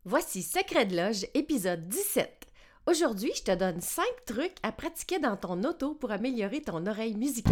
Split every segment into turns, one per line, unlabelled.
Voici Secret de Loge, épisode 17. Aujourd'hui, je te donne 5 trucs à pratiquer dans ton auto pour améliorer ton oreille musicale.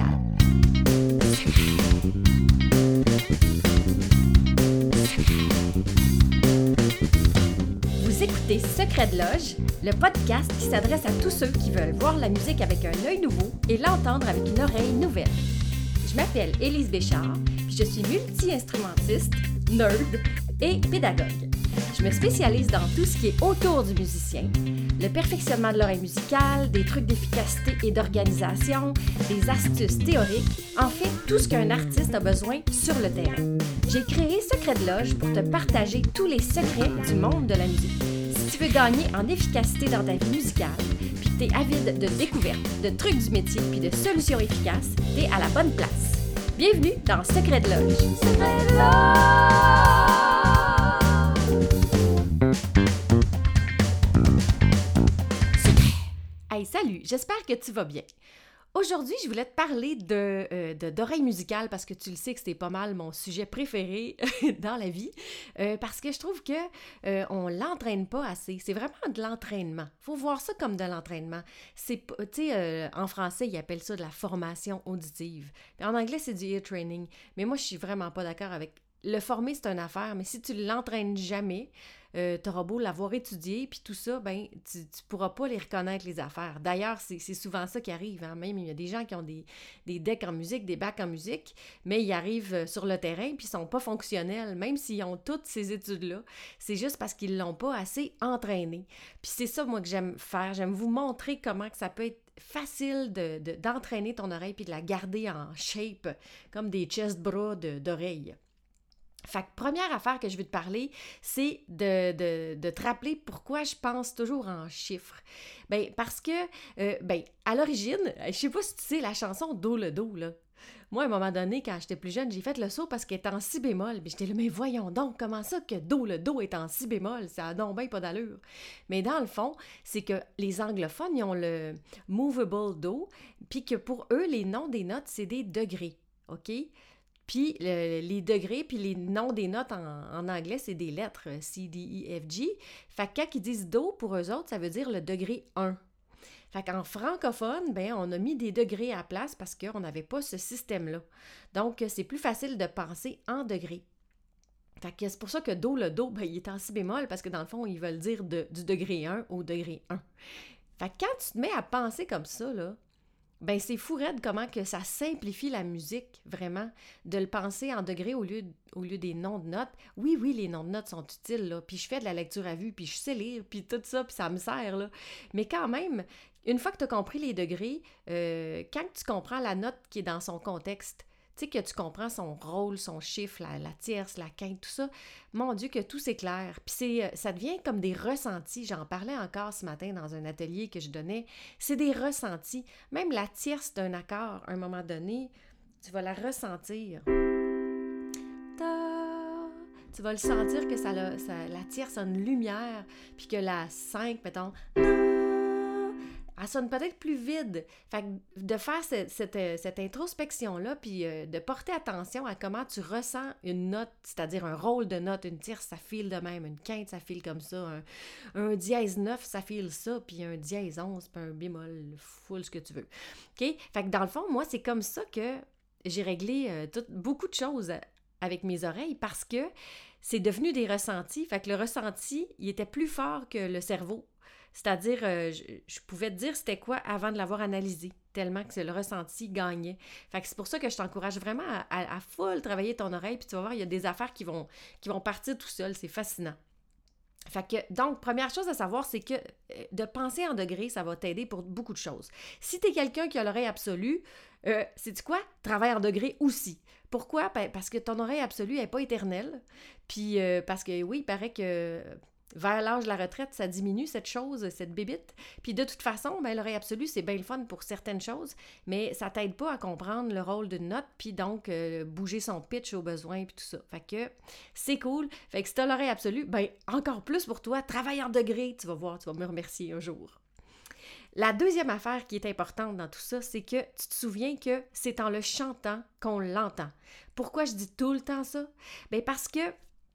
Vous écoutez Secret de Loge, le podcast qui s'adresse à tous ceux qui veulent voir la musique avec un œil nouveau et l'entendre avec une oreille nouvelle. Je m'appelle Élise Béchard, puis je suis multi-instrumentiste, nerd et pédagogue. Je me spécialise dans tout ce qui est autour du musicien, le perfectionnement de l'oreille musicale, des trucs d'efficacité et d'organisation, des astuces théoriques, en fait, tout ce qu'un artiste a besoin sur le terrain. J'ai créé Secret de Loge pour te partager tous les secrets du monde de la musique. Si tu veux gagner en efficacité dans ta vie musicale, puis que tu es avide de découvertes, de trucs du métier puis de solutions efficaces, tu es à la bonne place. Bienvenue dans Secret de Loge. Secret de Loge! Hey, salut! J'espère que tu vas bien. Aujourd'hui, je voulais te parler d'oreille musicale parce que tu le sais que c'était pas mal mon sujet préféré dans la vie parce que je trouve que on l'entraîne pas assez. C'est vraiment de l'entraînement. Faut voir ça comme de l'entraînement. C'est, en français, ils appellent ça de la formation auditive. Puis en anglais, c'est du ear training. Mais moi, je suis vraiment pas d'accord avec... Le former, c'est une affaire, mais si tu l'entraînes jamais, t'auras beau l'avoir étudié, puis tout ça, ben tu pourras pas les reconnaître, les affaires. D'ailleurs, c'est souvent ça qui arrive. Hein? Même, il y a des gens qui ont des decks en musique, des bacs en musique, mais ils arrivent sur le terrain, puis ils sont pas fonctionnels, même s'ils ont toutes ces études-là. C'est juste parce qu'ils l'ont pas assez entraîné. Puis c'est ça, moi, que j'aime faire. J'aime vous montrer comment que ça peut être facile d'entraîner ton oreille, puis de la garder en shape, comme des chest-bras d'oreille. Fait que première affaire que je veux te parler, c'est de te rappeler pourquoi je pense toujours en chiffres. Ben parce que, à l'origine, je sais pas si tu sais la chanson « Do le Do », là. Moi, à un moment donné, quand j'étais plus jeune, j'ai fait le saut parce qu'elle est en si bémol. Puis j'étais là, mais voyons donc, comment ça que Do le Do est en si bémol? Ça a donc bien pas d'allure. Mais dans le fond, c'est que les anglophones, ils ont le movable Do, puis que pour eux, les noms des notes, c'est des degrés, OK? Puis les degrés, puis les noms des notes en anglais, c'est des lettres, C, D, E, F, G. Fait que quand ils disent Do, pour eux autres, ça veut dire le degré 1. Fait qu'en francophone, ben on a mis des degrés à la place parce qu'on n'avait pas ce système-là. Donc, c'est plus facile de penser en degrés. Fait que c'est pour ça que Do, le Do, ben, il est en si bémol parce que dans le fond, ils veulent dire du degré 1 au degré 1. Fait que quand tu te mets à penser comme ça, là, ben c'est fou raide comment que ça simplifie la musique, vraiment, de le penser en degrés au lieu des noms de notes. Oui, les noms de notes sont utiles, là, puis je fais de la lecture à vue, puis je sais lire, puis tout ça, puis ça me sert, là. Mais quand même, une fois que tu as compris les degrés, quand tu comprends la note qui est dans son contexte, tu sais que tu comprends son rôle, son chiffre, la tierce, la quinte, tout ça, mon Dieu que tout s'éclaire. Puis ça devient comme des ressentis. J'en parlais encore ce matin dans un atelier que je donnais. C'est des ressentis. Même la tierce d'un accord, à un moment donné, tu vas la ressentir. Tu vas le sentir que la tierce a une lumière, puis que la 5, mettons, elle sonne peut-être plus vide. Fait que de faire cette introspection-là, puis de porter attention à comment tu ressens une note, c'est-à-dire un rôle de note, une tierce, ça file de même, une quinte, ça file comme ça, un dièse 9, ça file ça, puis un dièse 11, puis un bémol full, ce que tu veux. OK? Fait que dans le fond, moi, c'est comme ça que j'ai réglé beaucoup de choses avec mes oreilles, parce que c'est devenu des ressentis. Fait que le ressenti, il était plus fort que le cerveau. C'est-à-dire, je pouvais te dire c'était quoi avant de l'avoir analysé, tellement que le ressenti gagnait. Fait que c'est pour ça que je t'encourage vraiment à full travailler ton oreille, puis tu vas voir, il y a des affaires qui vont partir tout seul, c'est fascinant. Fait que, donc, première chose à savoir, c'est que de penser en degrés, ça va t'aider pour beaucoup de choses. Si tu es quelqu'un qui a l'oreille absolue, sais-tu quoi? Travaille en degrés aussi. Pourquoi? Parce que ton oreille absolue n'est pas éternelle. Puis, parce que oui, il paraît que vers l'âge de la retraite, ça diminue cette chose, cette bébite. Puis de toute façon, ben, l'oreille absolue, c'est bien le fun pour certaines choses, mais ça t'aide pas à comprendre le rôle d'une note, puis donc bouger son pitch au besoin, puis tout ça. Fait que c'est cool. Fait que si t'as l'oreille absolue, ben encore plus pour toi, travaille en degrés, tu vas voir, tu vas me remercier un jour. La deuxième affaire qui est importante dans tout ça, c'est que tu te souviens que c'est en le chantant qu'on l'entend. Pourquoi je dis tout le temps ça? Ben parce que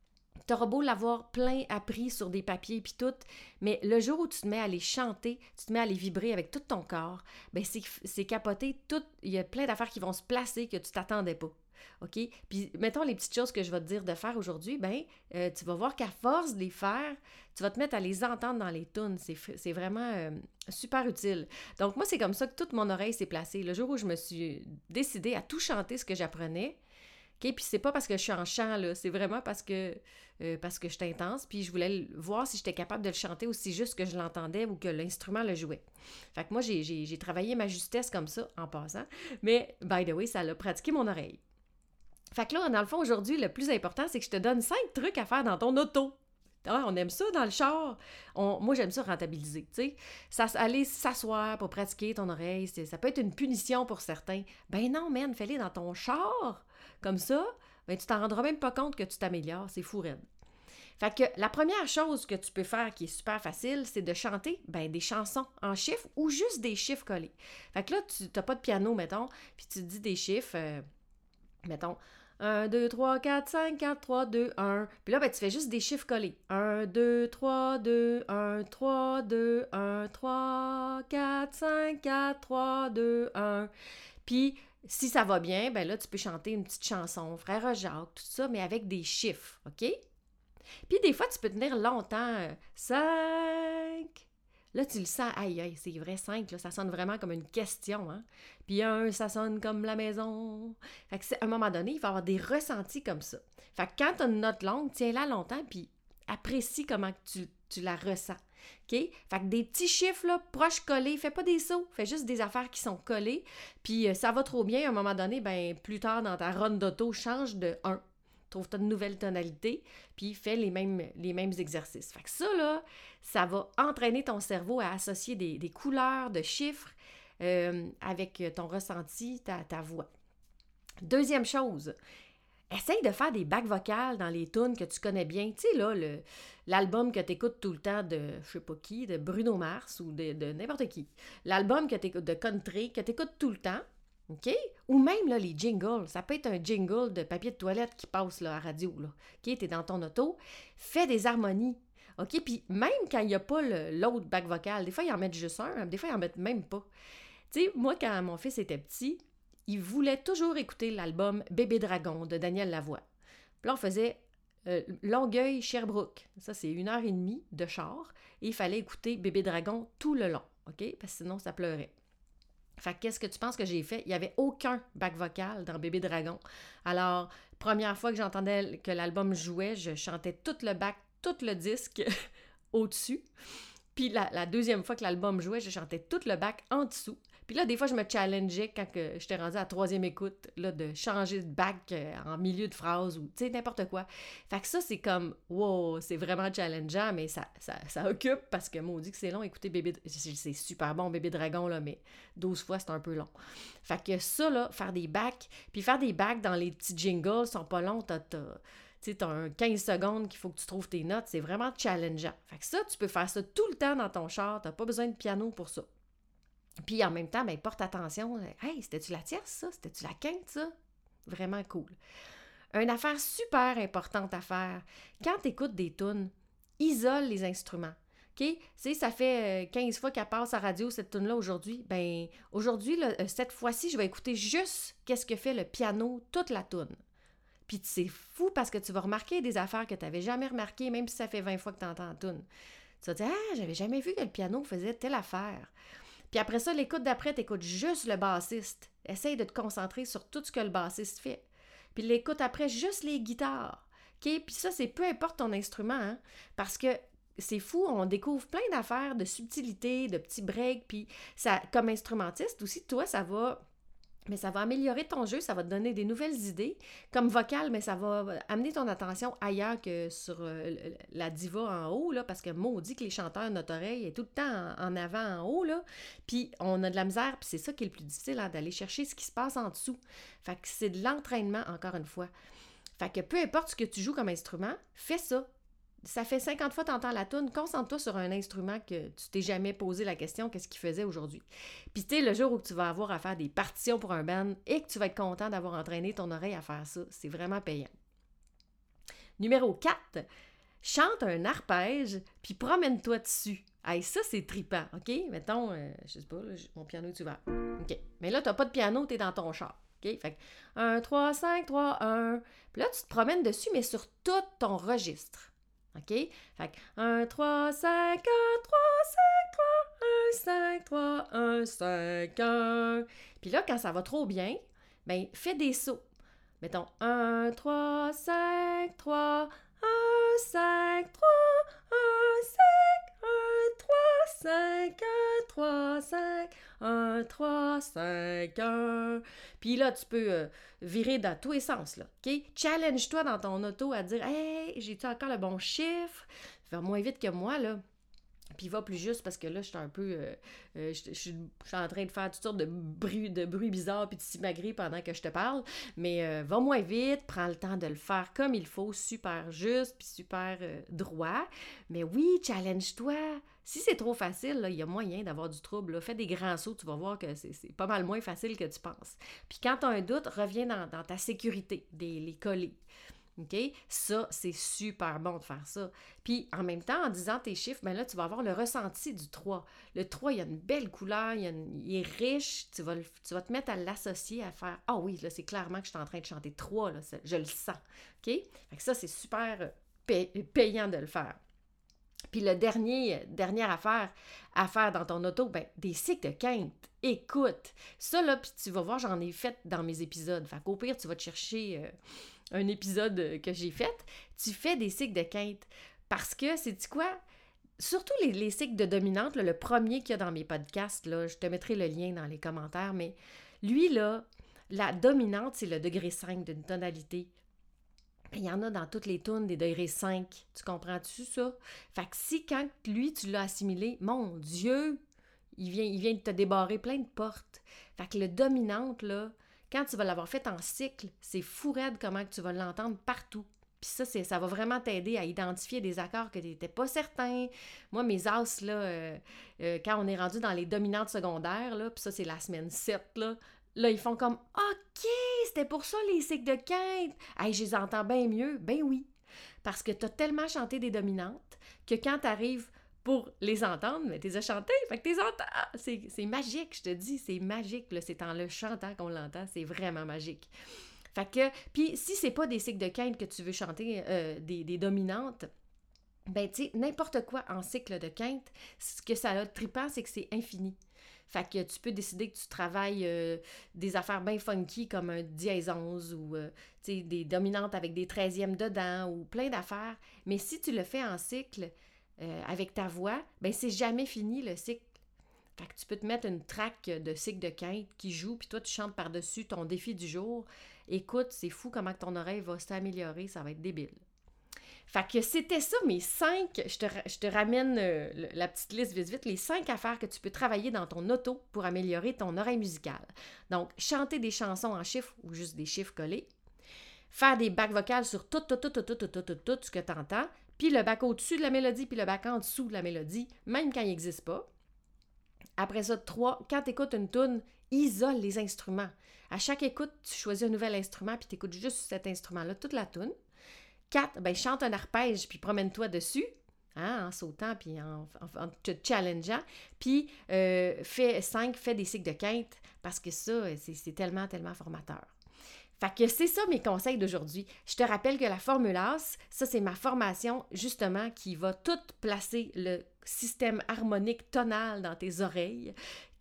T'auras beau l'avoir plein appris sur des papiers puis tout, mais le jour où tu te mets à les chanter, tu te mets à les vibrer avec tout ton corps, ben c'est capoté, il y a plein d'affaires qui vont se placer que tu t'attendais pas. OK? Puis, mettons les petites choses que je vais te dire de faire aujourd'hui, tu vas voir qu'à force de les faire, tu vas te mettre à les entendre dans les tunes. C'est vraiment super utile. Donc, moi, c'est comme ça que toute mon oreille s'est placée. Le jour où je me suis décidée à tout chanter ce que j'apprenais, OK? Puis c'est pas parce que je suis en chant, là. C'est vraiment parce que je suis intense. Puis je voulais voir si j'étais capable de le chanter aussi juste que je l'entendais ou que l'instrument le jouait. Fait que moi, j'ai travaillé ma justesse comme ça, en passant. Mais, by the way, ça l'a pratiqué mon oreille. Fait que là, dans le fond, aujourd'hui, le plus important, c'est que je te donne 5 trucs à faire dans ton auto. Ah, on aime ça dans le char. Moi, j'aime ça rentabiliser, tu sais. Aller s'asseoir pour pratiquer ton oreille, ça peut être une punition pour certains. Ben non, man, fais-les dans ton char. Comme ça, ben tu t'en rendras même pas compte que tu t'améliores. C'est fou raide. Fait que la première chose que tu peux faire qui est super facile, c'est de chanter des chansons en chiffres ou juste des chiffres collés. Fait que là, tu n'as pas de piano, mettons, puis tu dis des chiffres, mettons, 1, 2, 3, 4, 5, 4, 3, 2, 1. Puis là, tu fais juste des chiffres collés. 1, 2, 3, 2, 1, 3, 2, 1, 3, 4, 5, 4, 3, 2, 1. Puis, si ça va bien, ben là, tu peux chanter une petite chanson, Frère Jacques, tout ça, mais avec des chiffres, OK? Puis des fois, tu peux tenir longtemps. 5. Là, tu le sens, aïe, aïe, c'est vrai, 5, là, ça sonne vraiment comme une question, hein? Puis 1, ça sonne comme la maison. Fait que à un moment donné, il va y avoir des ressentis comme ça. Fait que quand tu as une note longue, tiens-la longtemps, puis apprécie comment tu la ressens. OK? Fait que des petits chiffres, là, proches collés, fais pas des sauts, fais juste des affaires qui sont collées, puis ça va trop bien, à un moment donné, plus tard dans ta run d'auto, change de 1. Trouve ta nouvelle tonalité, puis fais les mêmes exercices. Fait que ça, là, ça va entraîner ton cerveau à associer des couleurs, de chiffres avec ton ressenti, ta voix. Deuxième chose, essaye de faire des bacs vocales dans les tunes que tu connais bien. Tu sais, là, l'album que tu écoutes tout le temps de, je sais pas qui, de Bruno Mars ou de n'importe qui. L'album que tu écoutes de country, que tu écoutes tout le temps. OK? Ou même là, les jingles. Ça peut être un jingle de papier de toilette qui passe là, à radio. Là. OK? T'es dans ton auto. Fais des harmonies. OK? Puis même quand il n'y a pas l'autre bac vocal, des fois, ils en mettent juste un. Des fois, ils en mettent même pas. Tu sais, moi, quand mon fils était petit, il voulait toujours écouter l'album Bébé Dragon de Daniel Lavoie. Puis là, on faisait Longueuil-Sherbrooke. Ça, c'est 1h30 de char. Et il fallait écouter Bébé Dragon tout le long. OK? Parce que sinon, ça pleurait. Fait que qu'est-ce que tu penses que j'ai fait? Il n'y avait aucun bac vocal dans Bébé Dragon. Alors, première fois que j'entendais que l'album jouait, je chantais tout le bac, tout le disque au-dessus. Puis la deuxième fois que l'album jouait, je chantais tout le bac en dessous. Puis là, des fois, je me challengeais quand j'étais rendue à la troisième écoute, là, de changer de bac en milieu de phrase ou, tu sais, n'importe quoi. Fait que ça, c'est comme, wow, c'est vraiment challengeant, mais ça occupe parce que, maudit que c'est long, écoutez, c'est super bon, Bébé Dragon, là, mais 12 fois, c'est un peu long. Fait que ça, là, faire des bacs dans les petits jingles sont pas longs, tu sais, t'as un 15 secondes qu'il faut que tu trouves tes notes, c'est vraiment challengeant. Fait que ça, tu peux faire ça tout le temps dans ton char, t'as pas besoin de piano pour ça. Puis en même temps, porte attention. Hey, c'était-tu la tierce, ça? C'était-tu la quinte, ça? Vraiment cool. Une affaire super importante à faire, quand tu écoutes des tunes, isole les instruments. OK? Tu sais, ça fait 15 fois qu'elle passe à radio, cette tune-là, aujourd'hui. Aujourd'hui, cette fois-ci, je vais écouter juste qu'est-ce que fait le piano, toute la tune. Puis c'est fou parce que tu vas remarquer des affaires que tu n'avais jamais remarquées, même si ça fait 20 fois que tu entends la tune. Tu vas te dire, ah, j'avais jamais vu que le piano faisait telle affaire. Puis après ça, l'écoute d'après, t'écoutes juste le bassiste. Essaye de te concentrer sur tout ce que le bassiste fait. Puis l'écoute après, juste les guitares. OK? Puis ça, c'est peu importe ton instrument, hein? Parce que c'est fou, on découvre plein d'affaires, de subtilités, de petits breaks. Puis ça, comme instrumentiste aussi, toi, ça va améliorer ton jeu, ça va te donner des nouvelles idées. Comme vocal, mais ça va amener ton attention ailleurs que sur la diva en haut, là, parce que maudit que les chanteurs, notre oreille est tout le temps en avant, en haut, là. Puis on a de la misère, puis c'est ça qui est le plus difficile, hein, d'aller chercher ce qui se passe en dessous. Fait que c'est de l'entraînement, encore une fois. Fait que peu importe ce que tu joues comme instrument, fais ça. Ça fait 50 fois que tu entends la toune, concentre-toi sur un instrument que tu t'es jamais posé la question qu'est-ce qu'il faisait aujourd'hui. Puis tu sais, le jour où tu vas avoir à faire des partitions pour un band et que tu vas être content d'avoir entraîné ton oreille à faire ça, c'est vraiment payant. Numéro 4, chante un arpège, puis promène-toi dessus. Hey, ça, c'est trippant, OK? Mettons, je sais pas, là, mon piano est ouvert. OK. Mais là, t'as pas de piano, t'es dans ton char. OK? Fait que 1, 3, 5, 3, 1. Puis là, tu te promènes dessus, mais sur tout ton registre. OK? Fait que 1, 3, 5, 1, 3, 5, 3, 1, 5, 3, 1, 5, 1. Puis là, quand ça va trop bien, ben fais des sauts. Mettons 1, 3, 5, 3, 1, 5, 3, 1, 5, 1, 3, 5, 1, 3, 5, 1, 3, 5, 1. Puis là, tu peux virer dans tous les sens, là, OK? Challenge-toi dans ton auto à dire « Hey, j'ai-tu encore le bon chiffre? » Fais moins vite que moi, là. Puis va plus juste parce que là, je suis un peu... je suis en train de faire toutes sortes de bruits bizarres puis de simagrées pendant que je te parle. Mais va moins vite, prends le temps de le faire comme il faut, super juste puis super droit. Mais oui, challenge-toi. Si c'est trop facile, il y a moyen d'avoir du trouble. Là. Fais des grands sauts, tu vas voir que c'est pas mal moins facile que tu penses. Puis quand tu as un doute, reviens dans ta sécurité, les coller. OK? Ça, c'est super bon de faire ça. Puis, en même temps, en disant tes chiffres, ben là, tu vas avoir le ressenti du 3. Le 3, il y a une belle couleur, il est riche, tu vas te mettre à l'associer, à faire « Ah oui, là, c'est clairement que je suis en train de chanter 3, là, je le sens. » OK? Fait que ça, c'est super payant de le faire. Puis la dernière affaire à faire dans ton auto, ben des cycles de quinte. Écoute, ça là, puis tu vas voir, j'en ai fait dans mes épisodes. Fait qu'au pire, tu vas te chercher un épisode que j'ai fait. Tu fais des cycles de quinte. Parce que, sais-tu quoi? Surtout les cycles de dominante, là, le premier qu'il y a dans mes podcasts, là, je te mettrai le lien dans les commentaires, mais lui, là, la dominante, c'est le degré 5 d'une tonalité. Il y en a dans toutes les tunes des degrés 5. Tu comprends-tu ça? Fait que si, quand lui, tu l'as assimilé, mon Dieu, il vient de te débarrer plein de portes. Fait que le dominante, là, quand tu vas l'avoir fait en cycle, c'est fou raide comment tu vas l'entendre partout. Puis ça va vraiment t'aider à identifier des accords que tu n'étais pas certain. Moi, mes as, là, quand on est rendu dans les dominantes secondaires, là, puis ça, c'est la semaine 7, là, ils font comme « OK, c'était pour ça les cycles de quinte! » Hey, je les entends bien mieux. Ben oui, parce que tu as tellement chanté des dominantes que quand tu arrives pour les entendre, mais tu les as chantées, fait que tu les entends. C'est magique, je te dis, c'est magique. Là, c'est en le chantant qu'on l'entend, c'est vraiment magique. Fait que, puis si c'est pas des cycles de quinte que tu veux chanter, des dominantes, ben tu sais, n'importe quoi en cycle de quinte, ce que ça a de trippant, c'est que c'est infini. Fait que tu peux décider que tu travailles des affaires bien funky comme un dièse 11 ou des dominantes avec des 13e dedans ou plein d'affaires. Mais si tu le fais en cycle avec ta voix, ben c'est jamais fini le cycle. Fait que tu peux te mettre une track de cycle de quinte qui joue, puis toi tu chantes par-dessus ton défi du jour. Écoute, c'est fou comment ton oreille va s'améliorer, ça va être débile. Fait que c'était ça, mes 5, je te ramène la petite liste vite, les 5 affaires que tu peux travailler dans ton auto pour améliorer ton oreille musicale. Donc, chanter des chansons en chiffres ou juste des chiffres collés, faire des bacs vocales sur tout ce que tu entends, puis le bac au-dessus de la mélodie, puis le bac en dessous de la mélodie, même quand il n'existe pas. Après ça, 3, quand tu écoutes une toune, isole les instruments. À chaque écoute, tu choisis un nouvel instrument, puis tu écoutes juste cet instrument-là, toute la toune. 4, ben chante un arpège, puis promène-toi dessus, hein, en sautant, puis en te challengeant. Puis 5, fais des cycles de quinte, parce que ça, c'est tellement, tellement formateur. Fait que c'est ça mes conseils d'aujourd'hui. Je te rappelle que la Formule AS, ça c'est ma formation justement qui va tout placer le système harmonique tonal dans tes oreilles.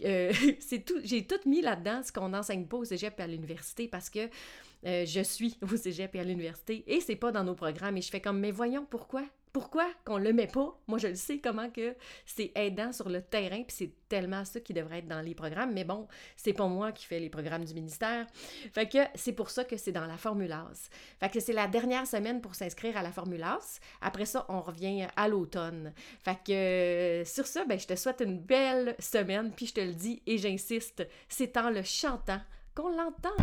J'ai tout mis là-dedans, ce qu'on n'enseigne pas au cégep et à l'université parce que je suis au cégep et à l'université et c'est pas dans nos programmes et je fais comme, mais voyons, pourquoi? Pourquoi qu'on le met pas? Moi, je le sais comment que c'est aidant sur le terrain, puis c'est tellement ça qui devrait être dans les programmes, mais bon, c'est pas moi qui fais les programmes du ministère. Fait que c'est pour ça que c'est dans la Formule AS. Fait que c'est la dernière semaine pour s'inscrire à la Formule AS. Après ça, on revient à l'automne. Fait que sur ça, ben, je te souhaite une belle semaine, puis je te le dis et j'insiste, c'est en le chantant qu'on l'entend.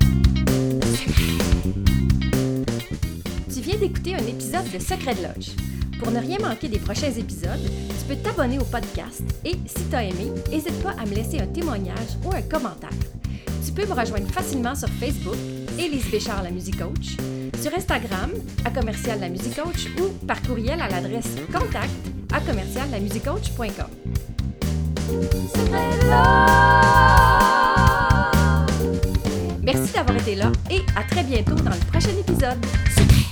Tu viens d'écouter un épisode de Secret de Loge. Pour ne rien manquer des prochains épisodes, tu peux t'abonner au podcast et, si tu as aimé, n'hésite pas à me laisser un témoignage ou un commentaire. Tu peux me rejoindre facilement sur Facebook, Élise Béchard, la Musique Coach, sur Instagram, @lamusicoach ou par courriel à l'adresse contact@lamusicoach.com. Merci d'avoir été là et à très bientôt dans le prochain épisode.